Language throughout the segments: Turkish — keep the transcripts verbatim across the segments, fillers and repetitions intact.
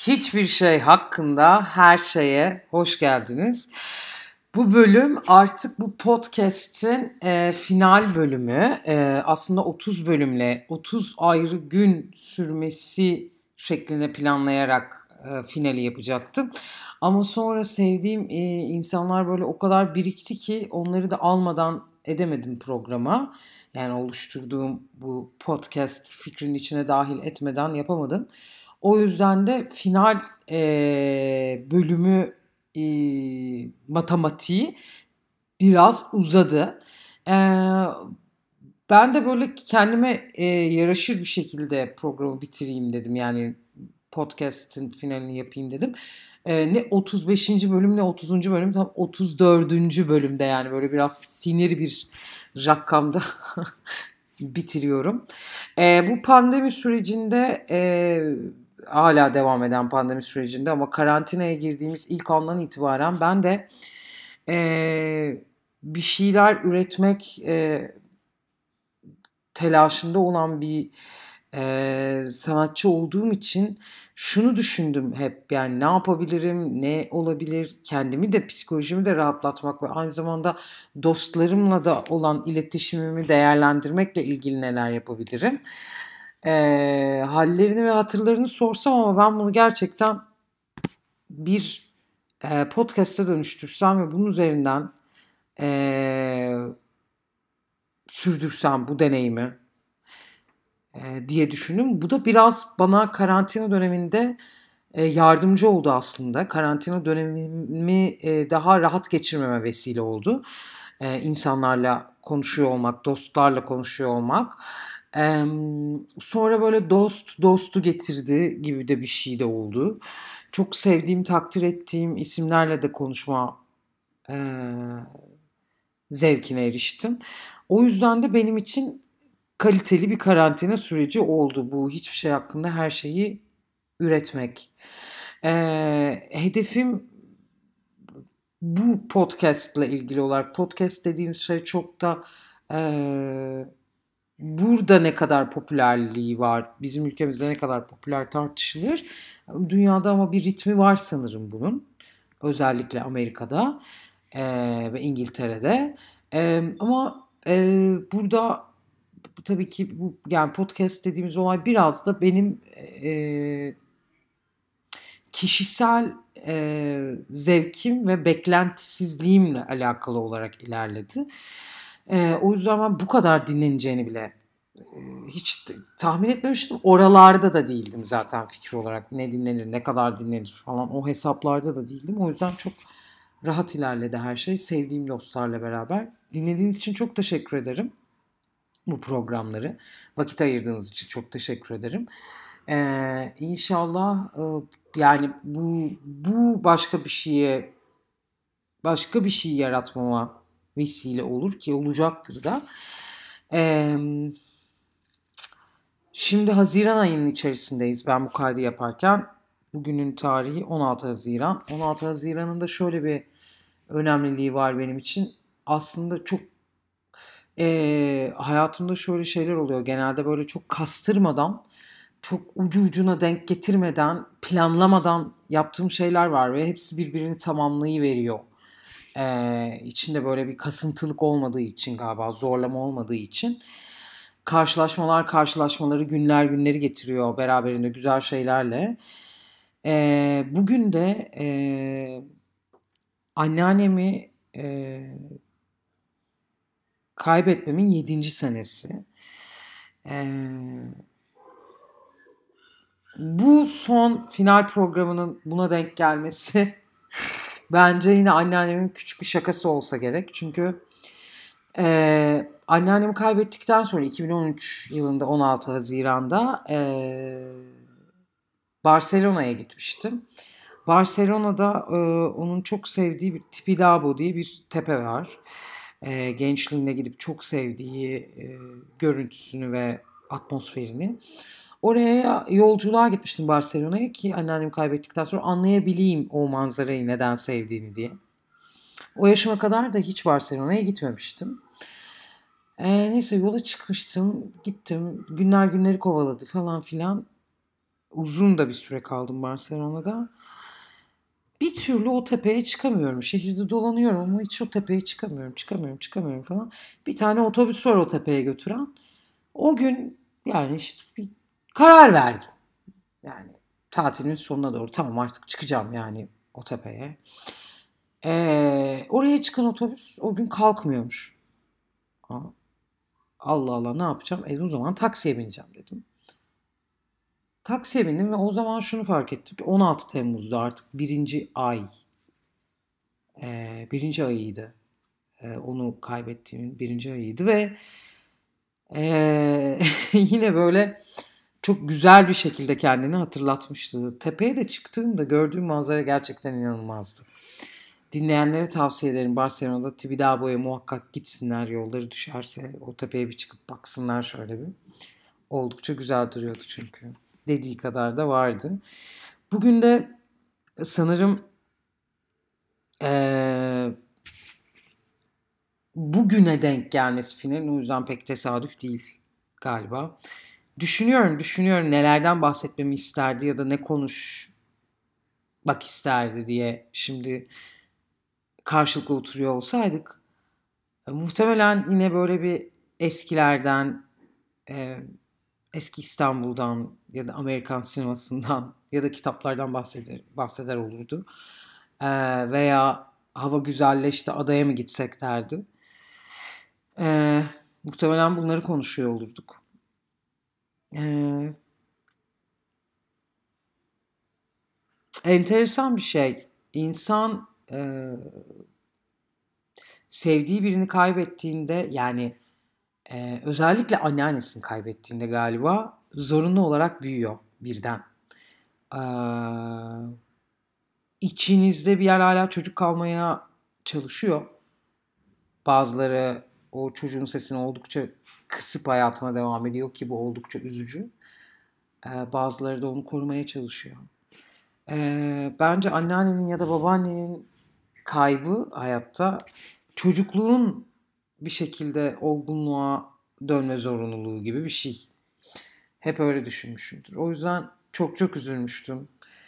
Hiçbir şey hakkında her şeye hoş geldiniz. Bu bölüm artık bu podcast'in e, final bölümü. E, aslında otuz bölümle otuz ayrı gün sürmesi şeklinde planlayarak e, finali yapacaktım. Ama sonra sevdiğim e, insanlar böyle o kadar birikti ki onları da almadan edemedim programa. Yani oluşturduğum bu podcast fikrin içine dahil etmeden yapamadım. O yüzden de final eee, bölümü eee, matematiği biraz uzadı. Eee, Ben de böyle kendime eee, yaraşır bir şekilde programı bitireyim dedim. Yani podcast'in finalini yapayım dedim. Eee, ne otuz beşinci bölüm ne otuzuncu bölüm, tam otuz dördüncü bölümde, yani böyle biraz sinir bir rakamda bitiriyorum. Eee, bu pandemi sürecinde eee, hala devam eden pandemi sürecinde ama karantinaya girdiğimiz ilk andan itibaren ben de eee, bir şeyler üretmek eee, telaşında olan bir eee, sanatçı olduğum için şunu düşündüm hep, yani ne yapabilirim, ne olabilir, kendimi de psikolojimi de rahatlatmak ve aynı zamanda dostlarımla da olan iletişimimi değerlendirmekle ilgili neler yapabilirim. Eee, hallerini ve hatırlarını sorsam ama ben bunu gerçekten bir eee podcast'a dönüştürsem ve bunun üzerinden eee, sürdürsem bu deneyimi eee, diye düşündüm. Bu da biraz bana karantina döneminde eee, yardımcı oldu aslında. Karantina dönemimi eee, daha rahat geçirmeme vesile oldu. Eee, insanlarla konuşuyor olmak, dostlarla konuşuyor olmak. Eee, Sonra böyle dost dostu getirdi gibi de bir şey de oldu. Çok sevdiğim, takdir ettiğim isimlerle de konuşma eee, zevkine eriştim. O yüzden de benim için kaliteli bir karantina süreci oldu bu. Hiçbir şey hakkında her şeyi üretmek. Eee, hedefim bu podcast'la ilgili olarak, podcast dediğiniz şey çok da eee, burada ne kadar popülerliği var, bizim ülkemizde ne kadar popüler tartışılır. Dünyada ama bir ritmi var sanırım bunun. Özellikle Amerika'da eee, ve İngiltere'de. Eee, ama eee, burada tabii ki bu, yani podcast dediğimiz olay biraz da benim eee, kişisel eee, zevkim ve beklentisizliğimle alakalı olarak ilerledi. Eee, o yüzden ben bu kadar dinleneceğini bile eee, hiç tahmin etmemiştim. Oralarda da değildim zaten fikir olarak. Ne dinlenir, ne kadar dinlenir falan, o hesaplarda da değildim. O yüzden çok rahat ilerledi her şey. Sevdiğim dostlarla beraber. Dinlediğiniz için çok teşekkür ederim bu programları. Vakit ayırdığınız için çok teşekkür ederim. Ee, inşallah e, yani bu bu başka bir şeye, başka bir şey yaratmama vesile olur ki olacaktır da. Ee, Şimdi Haziran ayının içerisindeyiz ben bu kaydı yaparken. Bugünün tarihi on altı Haziran. on altı Haziran'ın da şöyle bir önemliliği var benim için. Aslında çok Eee, hayatımda şöyle şeyler oluyor. Genelde böyle çok kastırmadan, çok ucu ucuna denk getirmeden, planlamadan yaptığım şeyler var ve hepsi birbirini tamamlayıveriyor. Eee içinde böyle bir kasıntılık olmadığı için, galiba zorlama olmadığı için. Karşılaşmalar karşılaşmaları, günler günleri getiriyor beraberinde güzel şeylerle. Eee, bugün de eee, anneannemi eee, kaybetmemin yedinci senesi. Eee, Bu son final programının buna denk gelmesi bence yine anneannemin küçük bir şakası olsa gerek. Çünkü eee anneannemi kaybettikten sonra iki bin on üç yılında on altı Haziran'da eee, Barcelona'ya gitmiştim. Barcelona'da eee, onun çok sevdiği bir Tibidabo diye bir tepe var. Eee, gençliğinde gidip çok sevdiği eee, görüntüsünü ve atmosferini. Oraya yolculuğa gitmiştim, Barcelona'ya, ki anneannemi kaybettikten sonra anlayabileyim o manzarayı neden sevdiğini diye. O yaşıma kadar da hiç Barcelona'ya gitmemiştim. Ee, neyse yola çıkmıştım, gittim. Günler günleri kovaladı falan filan. uzun da bir süre kaldım Barcelona'da. Bir türlü o tepeye çıkamıyorum. Şehirde dolanıyorum ama hiç o tepeye çıkamıyorum, çıkamıyorum, çıkamıyorum falan. Bir tane otobüs var o tepeye götüren. O gün yani işte bir karar verdim. Yani tatilimin sonuna doğru tamam artık çıkacağım yani o tepeye. Ee, oraya çıkan otobüs o gün kalkmıyormuş. Aa, Allah Allah ne yapacağım? E o zaman taksiye bineceğim dedim. Taksiye bindim ve o zaman şunu fark ettim ki on altı Temmuz'da artık birinci ay. Ee, birinci ayıydı. Ee, onu kaybettiğimin birinci ayıydı ve ee, yine böyle çok güzel bir şekilde kendini hatırlatmıştı. Tepeye de çıktığımda gördüğüm manzara gerçekten inanılmazdı. Dinleyenlere tavsiye ederim. Barcelona'da Tibidabo muhakkak gitsinler yolları düşerse. O tepeye bir çıkıp baksınlar şöyle bir. Oldukça güzel duruyordu çünkü. Dediği kadar da vardı. Bugün de sanırım ee, bugüne denk gelmesi finalin o yüzden pek tesadüf değil galiba. Düşünüyorum, düşünüyorum nelerden bahsetmemi isterdi ya da ne konuşmak isterdi diye şimdi karşılıklı oturuyor olsaydık. E, muhtemelen yine böyle bir eskilerden, e, eski İstanbul'dan ya da Amerikan sinemasından ya da kitaplardan bahseder, bahseder olurdu. E, veya hava güzelleşti adaya mı gitsek derdi. E, muhtemelen bunları konuşuyor olurduk. E, enteresan bir şey. İnsan e, sevdiği birini kaybettiğinde yani e, özellikle anneannesini kaybettiğinde galiba zorunlu olarak büyüyor birden. Ee, içinizde bir yer hala çocuk kalmaya çalışıyor. Bazıları o çocuğun sesini oldukça kısıp hayatına devam ediyor ki bu oldukça üzücü. Ee, bazıları da onu korumaya çalışıyor. Ee, bence anneannenin ya da babaannenin kaybı hayatta çocukluğun bir şekilde olgunluğa dönme zorunluluğu gibi bir şey. Hep öyle düşünmüşümdür. O yüzden çok çok üzülmüştüm.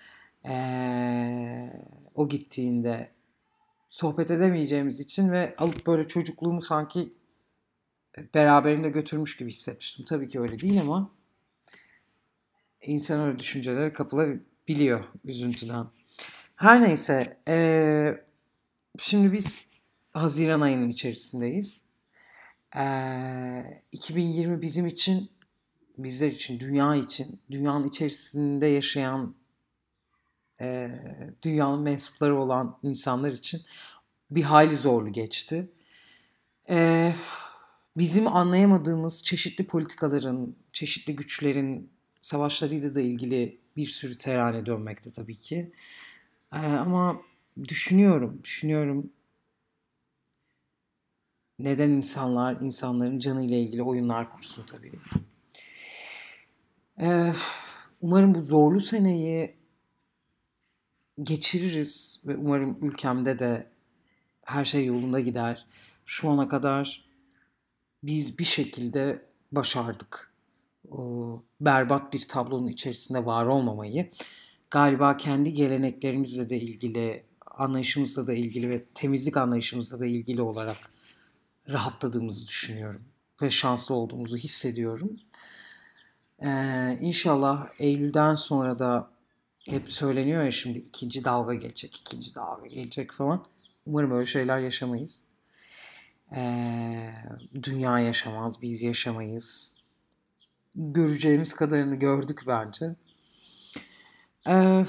Ee, o gittiğinde sohbet edemeyeceğimiz için ve alıp böyle çocukluğumu sanki beraberinde götürmüş gibi hissetmiştim. Tabii ki öyle değil ama insan öyle düşüncelere kapılabiliyor üzüntüden. Her neyse, ee, şimdi biz Haziran ayının içerisindeyiz. Ee, iki bin yirmi bizim için, bizler için, dünya için, dünyanın içerisinde yaşayan, e, dünyanın mensupları olan insanlar için bir hayli zorlu geçti. Ee, bizim anlayamadığımız çeşitli politikaların, çeşitli güçlerin savaşlarıyla da ilgili bir sürü terane dönmekte tabii ki. Ee, ama düşünüyorum, düşünüyorum neden insanlar insanların canıyla ilgili oyunlar kursun tabii. Ee, umarım bu zorlu seneyi geçiririz ve umarım ülkemde de her şey yolunda gider. Şu ana kadar biz bir şekilde başardık. O berbat bir tablonun içerisinde var olmamayı. Galiba kendi geleneklerimizle de ilgili, anlayışımızla da ilgili ve temizlik anlayışımızla da ilgili olarak rahatladığımızı düşünüyorum. Ve şanslı olduğumuzu hissediyorum. Ee, İnşallah Eylül'den sonra da hep söyleniyor ya şimdi ikinci dalga gelecek, ikinci dalga gelecek falan. Umarım öyle şeyler yaşamayız. Ee, dünya yaşamaz, biz yaşamayız. Göreceğimiz kadarını gördük bence. Ee,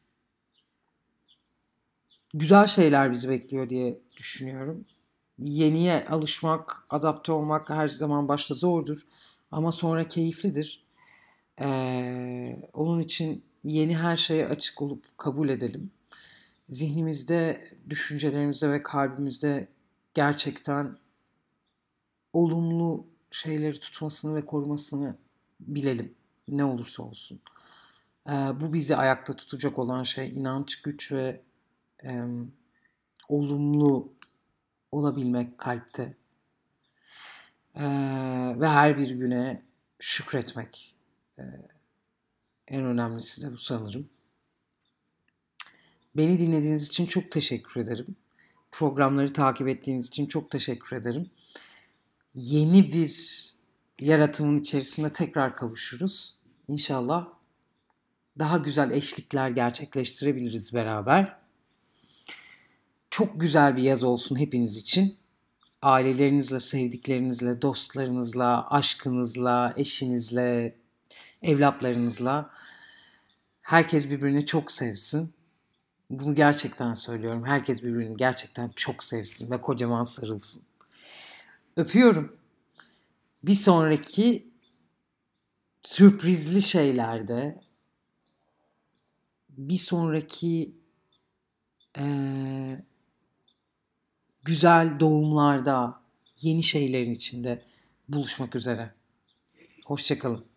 güzel şeyler bizi bekliyor diye düşünüyorum. Yeniye alışmak, adapte olmak her zaman başta zordur. Ama sonra keyiflidir. Ee, onun için yeni her şeye açık olup kabul edelim. Zihnimizde, düşüncelerimizde ve kalbimizde gerçekten olumlu şeyleri tutmasını ve korumasını bilelim. Ne olursa olsun. Ee, bu bizi ayakta tutacak olan şey inanç, güç ve e, olumlu olabilmek kalpte. Ee, ve her bir güne şükretmek. Ee, En önemlisi de bu sanırım. Beni dinlediğiniz için çok teşekkür ederim. Programları takip ettiğiniz için çok teşekkür ederim. Yeni bir yaratımın içerisinde tekrar kavuşuruz. İnşallah daha güzel eşlikler gerçekleştirebiliriz beraber. Çok güzel bir yaz olsun hepiniz için. Ailelerinizle, sevdiklerinizle, dostlarınızla, aşkınızla, eşinizle, evlatlarınızla. Herkes birbirini çok sevsin. Bunu gerçekten söylüyorum. Herkes birbirini gerçekten çok sevsin ve kocaman sarılsın. Öpüyorum. Bir sonraki sürprizli şeylerde, bir sonraki eee, güzel doğumlarda, yeni şeylerin içinde buluşmak üzere. Hoşça kalın.